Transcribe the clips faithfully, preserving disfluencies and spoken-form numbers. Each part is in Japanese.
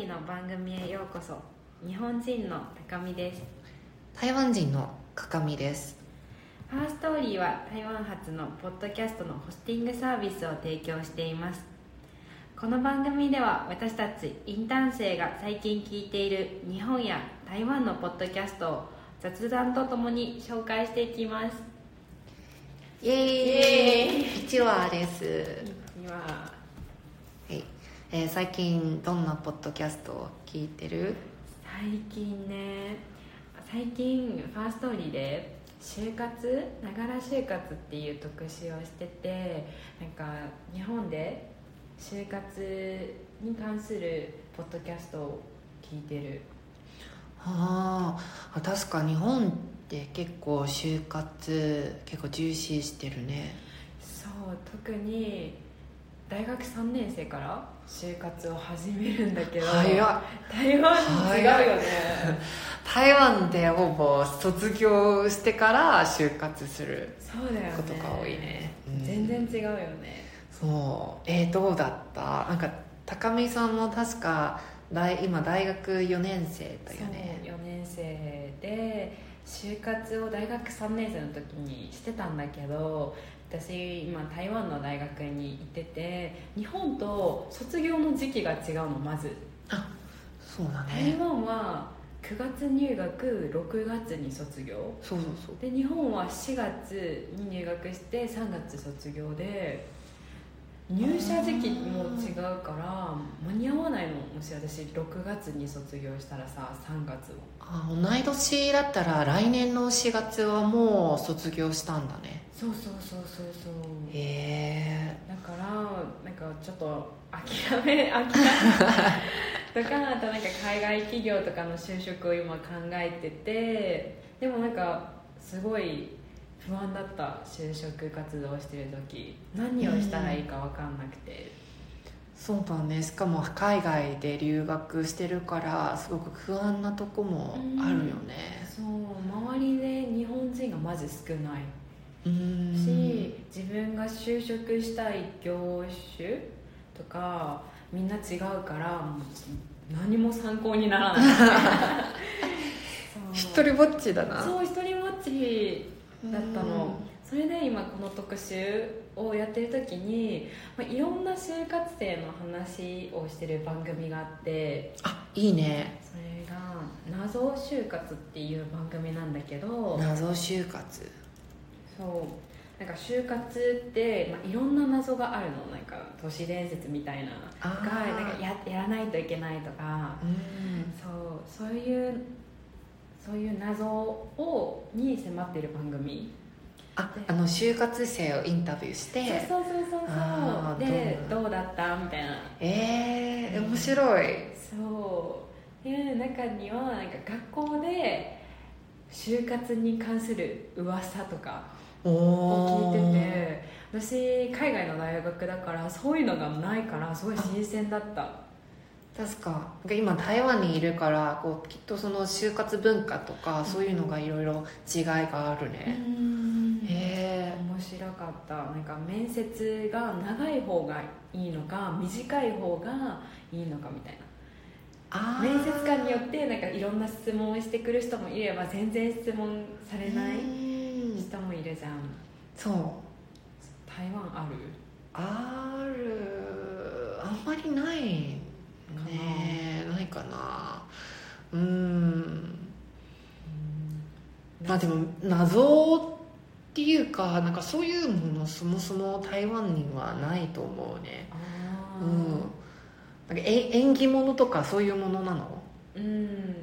リーの番組へようこそ。日本人の高見です。 台湾人のかかみです。 ファーストーリーは台湾発のポッドキャストのホスティングサービスを提供しています。この番組では私たちインターン生が最近聞いている日本や台湾のポッドキャストを雑談とともに紹介していきます。 イエーイ、 イエーイいちわです今はい、えー、最近どんなポッドキャストを聞いてる？ 最近ね最近ファーストーリーで就活ながら就活っていう特集をしてて、なんか日本で就活に関するポッドキャストを聞いてる。 ああ、確か日本って結構就活結構重視してるね。 そう、特に大学さんねん生から就活を始めるんだけど、 早っ。 台湾違うよね。 台湾でほぼ卒業してから就活するそうだよね、 ことが多いね、うん、 全然違うよね。 そうえー、どうだった？なんか高見さんも確か大今大学よねん生だよね。 そう、よねん生で就活を大学さんねん生の時にしてたんだけど、私今台湾の大学に行ってて、日本と卒業の時期が違うの。まずあ、そうだね。 台湾はくがつ入学、ろくがつに卒業。 そうそうそう。 で日本はしがつに入学してさんがつ卒業で、入社時期も違うから間に合わないの。もし私ろくがつに卒業したらさ、さんがつをあ、同い年だったら来年のしがつはもう卒業したんだね。 そうそうそうそうそう。 へえ。 だからなんかちょっと諦め諦めとか、あとなんか海外企業とかの就職を今考えてて、でもなんかすごい不安だった。就職活動してる時何をしたらいいか分かんなくて。 そうだね。しかも海外で留学してるからすごく不安なとこもあるよね。 そう、周りで日本人がまず少ない、 うーんし、自分が就職したい業種とかみんな違うからもう何も参考にならない一人ぼっちだな。 そう、一人ぼっちだったの。それで今この特集をやってる時に、まあ、いろんな就活生の話をしてる番組があって、 あ、いいね。 それが謎就活っていう番組なんだけど、 謎就活。 そう、なんか就活って、まあ、いろんな謎があるの。なんか都市伝説みたいながなんか や, やらないといけないとか、 うん、 そうそういうそういう謎をに迫ってる番組。 あ、あの就活生をインタビューして、 そうそうそうそうでどうだったみたいな。 えー、面白い。 そうで、中にはなんか学校で就活に関する噂とかを聞いてて、私海外の大学だからそういうのがないからすごい新鮮だった。 確か今台湾にいるからこうきっとその就活文化とかそういうのがいろいろ違いがあるね。 うん、 へえ、 面白かった。なんか面接が長い方がいいのか短い方がいいのかみたいな。 あ、 面接官によってなんかいろんな質問をしてくる人もいれば全然質問されない人もいるじゃん。 そう、 台湾ある？ ある。あんまりないね。ないかな。うーん、まあでも謎っていうか、なんかそういうものそもそも台湾にはないと思うね。 あ、 うん、なんかえ縁起物とかそういうものなの？ うん、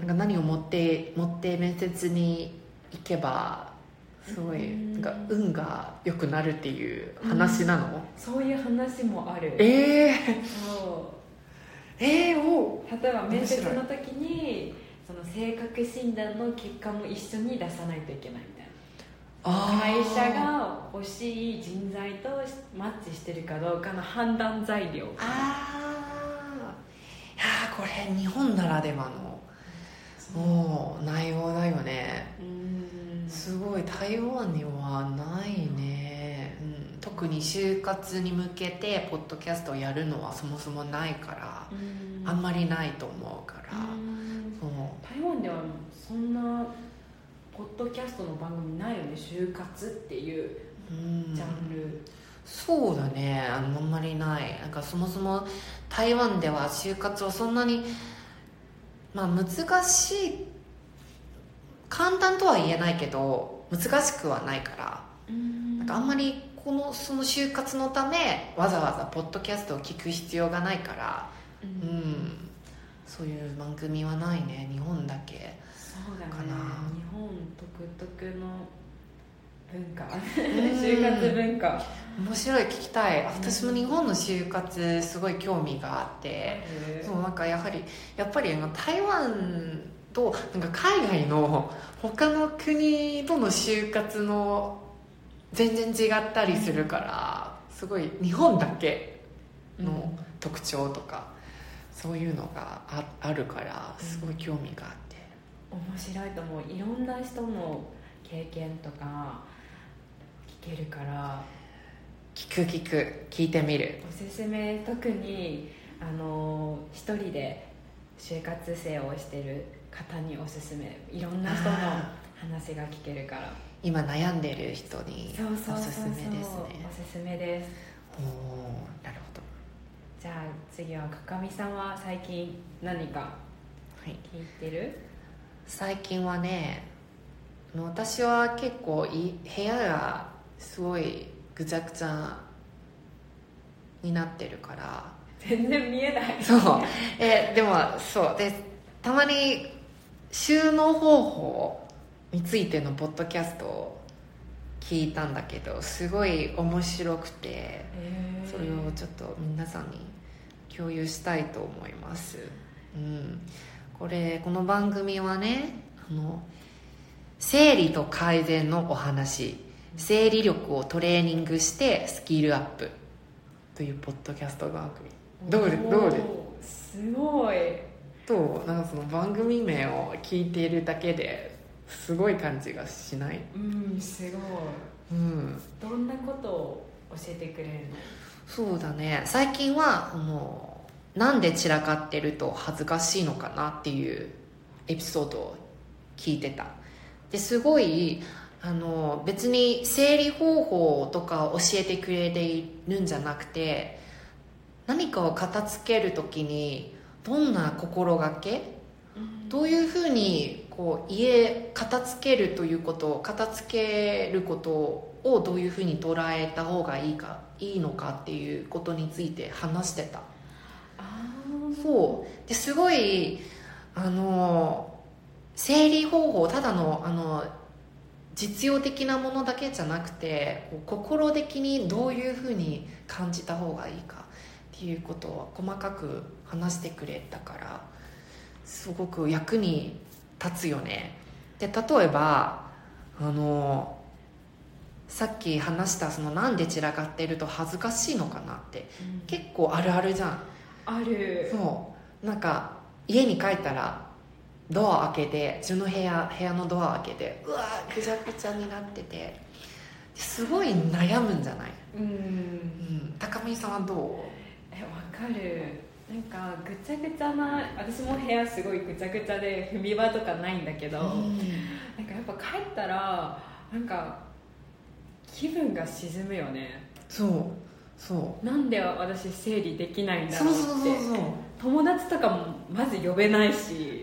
なんか何を持って持って面接に行けばすごいなんか運が良くなるっていう話なの？うん、 そういう話もある。 えー、 そうえー、お例えば面接の時にその性格診断の結果も一緒に出さないといけないみたいな。会社が欲しい人材とマッチしてるかどうかの判断材料。 ああ、これ日本ならではのもう内容だよね。うん、すごい台湾にはないね、うん、特に就活に向けてポッドキャストをやるのはそもそもないから、 あんまりないと思うから、そう台湾ではそんなポッドキャストの番組ないよね、就活っていうジャンル、うん、 そうだね、あのあんまりない。なんかそもそも台湾では就活はそんなに、まあ、難しい、簡単とは言えないけど難しくはないから、うん、なんかあんまりこのその就活のためわざわざポッドキャストを聞く必要がないから、うん、うん、そういう番組はないね、日本だけ。 そうだね、日本独特の文化就活文化、 面白い、聞きたい。私も日本の就活すごい興味があって、そうなんかやはりやっぱり台湾となんか海外の他の国との就活の全然違ったりするから、すごい日本だけの特徴とか、そういうのが あ, あるからすごい興味があって、 面白いと思う。いろんな人の経験とか聞けるから、 聞く聞く聞いてみる。 おすすめ、特にあの一人で就活生をしてる方におすすめ。いろんな人の話が聞けるから、 今悩んでる人におすすめですね。 おすすめです。 おー、なるほど。 じゃあ次はかかみさんは最近何か聞いてる？はい、 最近はね、私は結構い部屋がすごいぐちゃぐちゃになってるから全然見えない。 そうえでもそうで、たまに収納方法についてのポッドキャストを聞いたんだけど、すごい面白くて、それをちょっと皆さんに共有したいと思います。うん、これこの番組はね、あの生理と改善のお話、生理力をトレーニングしてスキルアップというポッドキャスト番組。どうでどうですごい。 どうなんかその番組名を聞いているだけですごい感じがしない？ うん、すごい。うん。どんなことを教えてくれるの？ そうだね。最近はもうなんで散らかってると恥ずかしいのかなっていうエピソードを聞いてた。ですごいあの別に生理方法とか教えてくれているんじゃなくて、何かを片付けるときにどんな心がけ、うん、どういうふうにこう家片付けるということ片付けることをどういうふうに捉えた方がいいかいいのかっていうことについて話してた。あそうですごいあの生理方法ただのあの実用的なものだけじゃなくて、心的にどういうふうに感じた方がいいかっていうことを細かく話してくれたから、すごく役に立つよね。で例えばあのさっき話したそのなんで散らかってると恥ずかしいのかなって、うん、結構あるあるじゃん。 ある。 そうなんか家に帰ったらドア開けて、自分の部屋部屋のドア開けて、うわーぐちゃぐちゃになっててすごい悩むんじゃない？うん、うん、高見さんはどう？ え、わかる。なんかぐちゃぐちゃな、私も部屋すごいぐちゃぐちゃで踏み場とかないんだけど、うん、なんかやっぱ帰ったらなんか気分が沈むよね。 そうそう、 なんで私整理できないんだろうって。 そうそうそうそう、 友達とかもまず呼べないし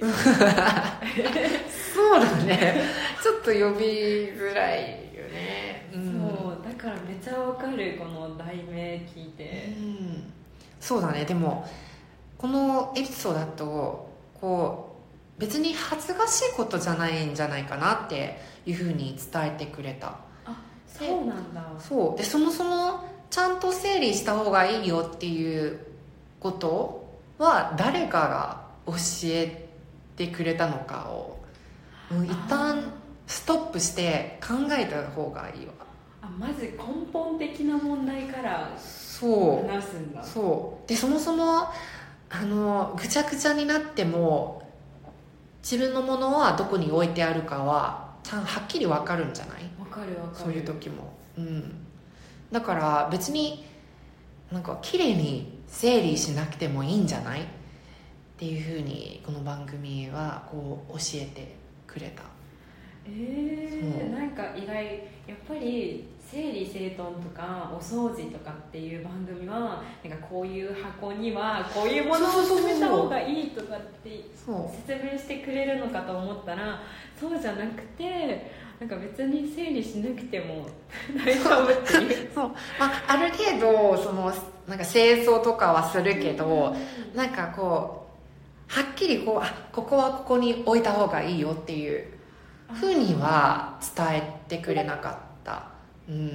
そうだね、ちょっと呼びづらいよね、 うん、そうだからめちゃわかる、この題名聞いて、うん、 そうだね。でもこのエピソードだとこう別に恥ずかしいことじゃないんじゃないかなっていうふうに伝えてくれた。 あ、そうなんだ。 そうで、そもそもちゃんと整理した方がいいよっていうことは誰かが教えてくれたのかを一旦ストップして考えた方がいいわ。 あ、まず根本的な問題から話すんだ。 そうそうで、そもそもあのぐちゃぐちゃになっても自分のものはどこに置いてあるかはちゃんはっきり分かるんじゃない？ 分かる分かる。 そういう時も、うん、だから別になんか綺麗に整理しなくてもいいんじゃないっっていうふうにこの番組はこう教えてくれた。 えー、なんか意外、やっぱり整理整頓とかお掃除とかっていう番組はなんかこういう箱にはこういうものを詰めた方がいいとかって説明してくれるのかと思ったら、そうじゃなくてなんか別に整理しなくても大丈夫っていうそう、まあ、ある程度そのなんか清掃とかはするけど、うん、なんかこうはっきりこうあここはここに置いた方がいいよっていうふうには伝えてくれなかった。うん、うん、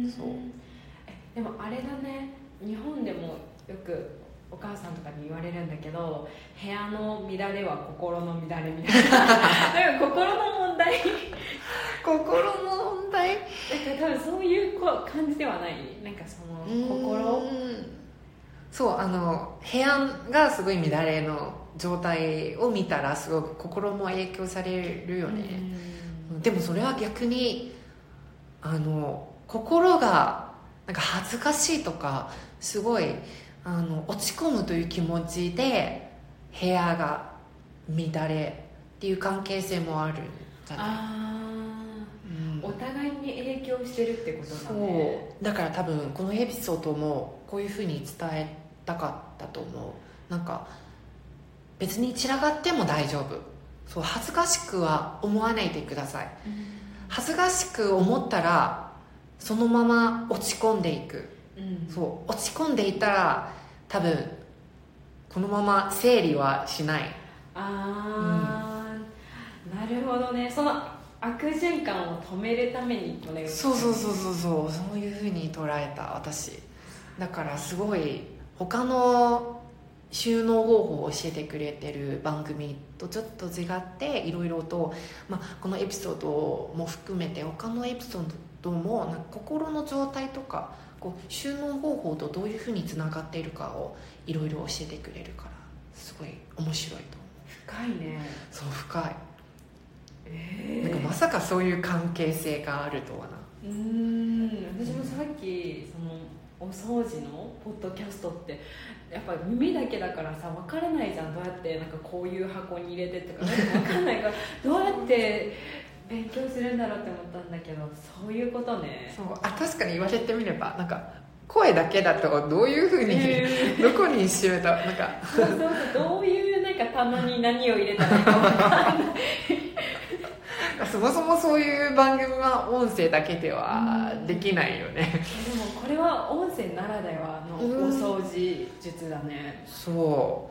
そう。 えでもあれだね、日本でもよくお母さんとかに言われるんだけど、部屋の乱れは心の乱れみたいなだから心の問題心の問題だから多分そういう感じではない、なんかその心、 そう、あの部屋がすごい乱れの状態を見たらすごく心も影響されるよね。でもそれは逆にあの心がなんか恥ずかしいとかすごいあの落ち込むという気持ちで部屋が乱れっていう関係性もあるんじゃない？あ、 うん、お互いに影響してるってことだね。 そうだから多分このエピソードもこういうふうに伝えたかったと思う。なんか別に散らかっても大丈夫、そう恥ずかしくは思わないでください、うん、恥ずかしく思ったらそのまま落ち込んでいく、うん、そう落ち込んでいたら多分このまま整理はしない。 ああ、うん、なるほどね。その悪循環を止めるためにお願いします。 そうそうそうそうそう、そういうふうに捉えた私だからすごい他の収納方法を教えてくれてる番組とちょっと違っていろいろと、まあ、このエピソードも含めて他のエピソードもなんか心の状態とかこう収納方法とどういうふうにつながっているかをいろいろ教えてくれるからすごい面白いと思う。 深いね。 そう深い、 えー、 なんかまさかそういう関係性があるとはな。 うーん、私もさっきそのお掃除のポッドキャストってやっぱ耳だけだからさ分からないじゃん。どうやってなんかこういう箱に入れてとか分かんないからどうやって勉強するんだろうって思ったんだけど、そういうことね。 そう、あ、確かに言われてみればなんか声だけだとどういうふうに、えー、どこにしめたなんかそうそうそう、どういうなんか棚に何を入れたらいいか分かんないそもそもそういう番組は音声だけではできないよね。 でもこれは音声ならではのお掃除術だね。 そう、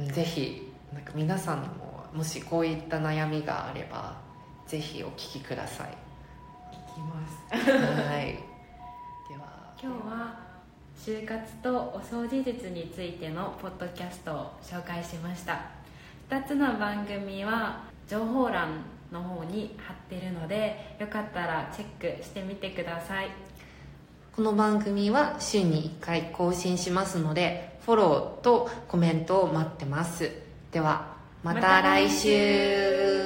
ぜひなんか皆さんももしこういった悩みがあればぜひお聞きください。 聞きますはい。 では今日は就活とお掃除術についてのポッドキャストを紹介しました。ふたつの番組は情報欄の方に貼ってるのでよかったらチェックしてみてください。 この番組は週にいっかい更新しますのでフォローとコメントを待ってます。ではまた来週。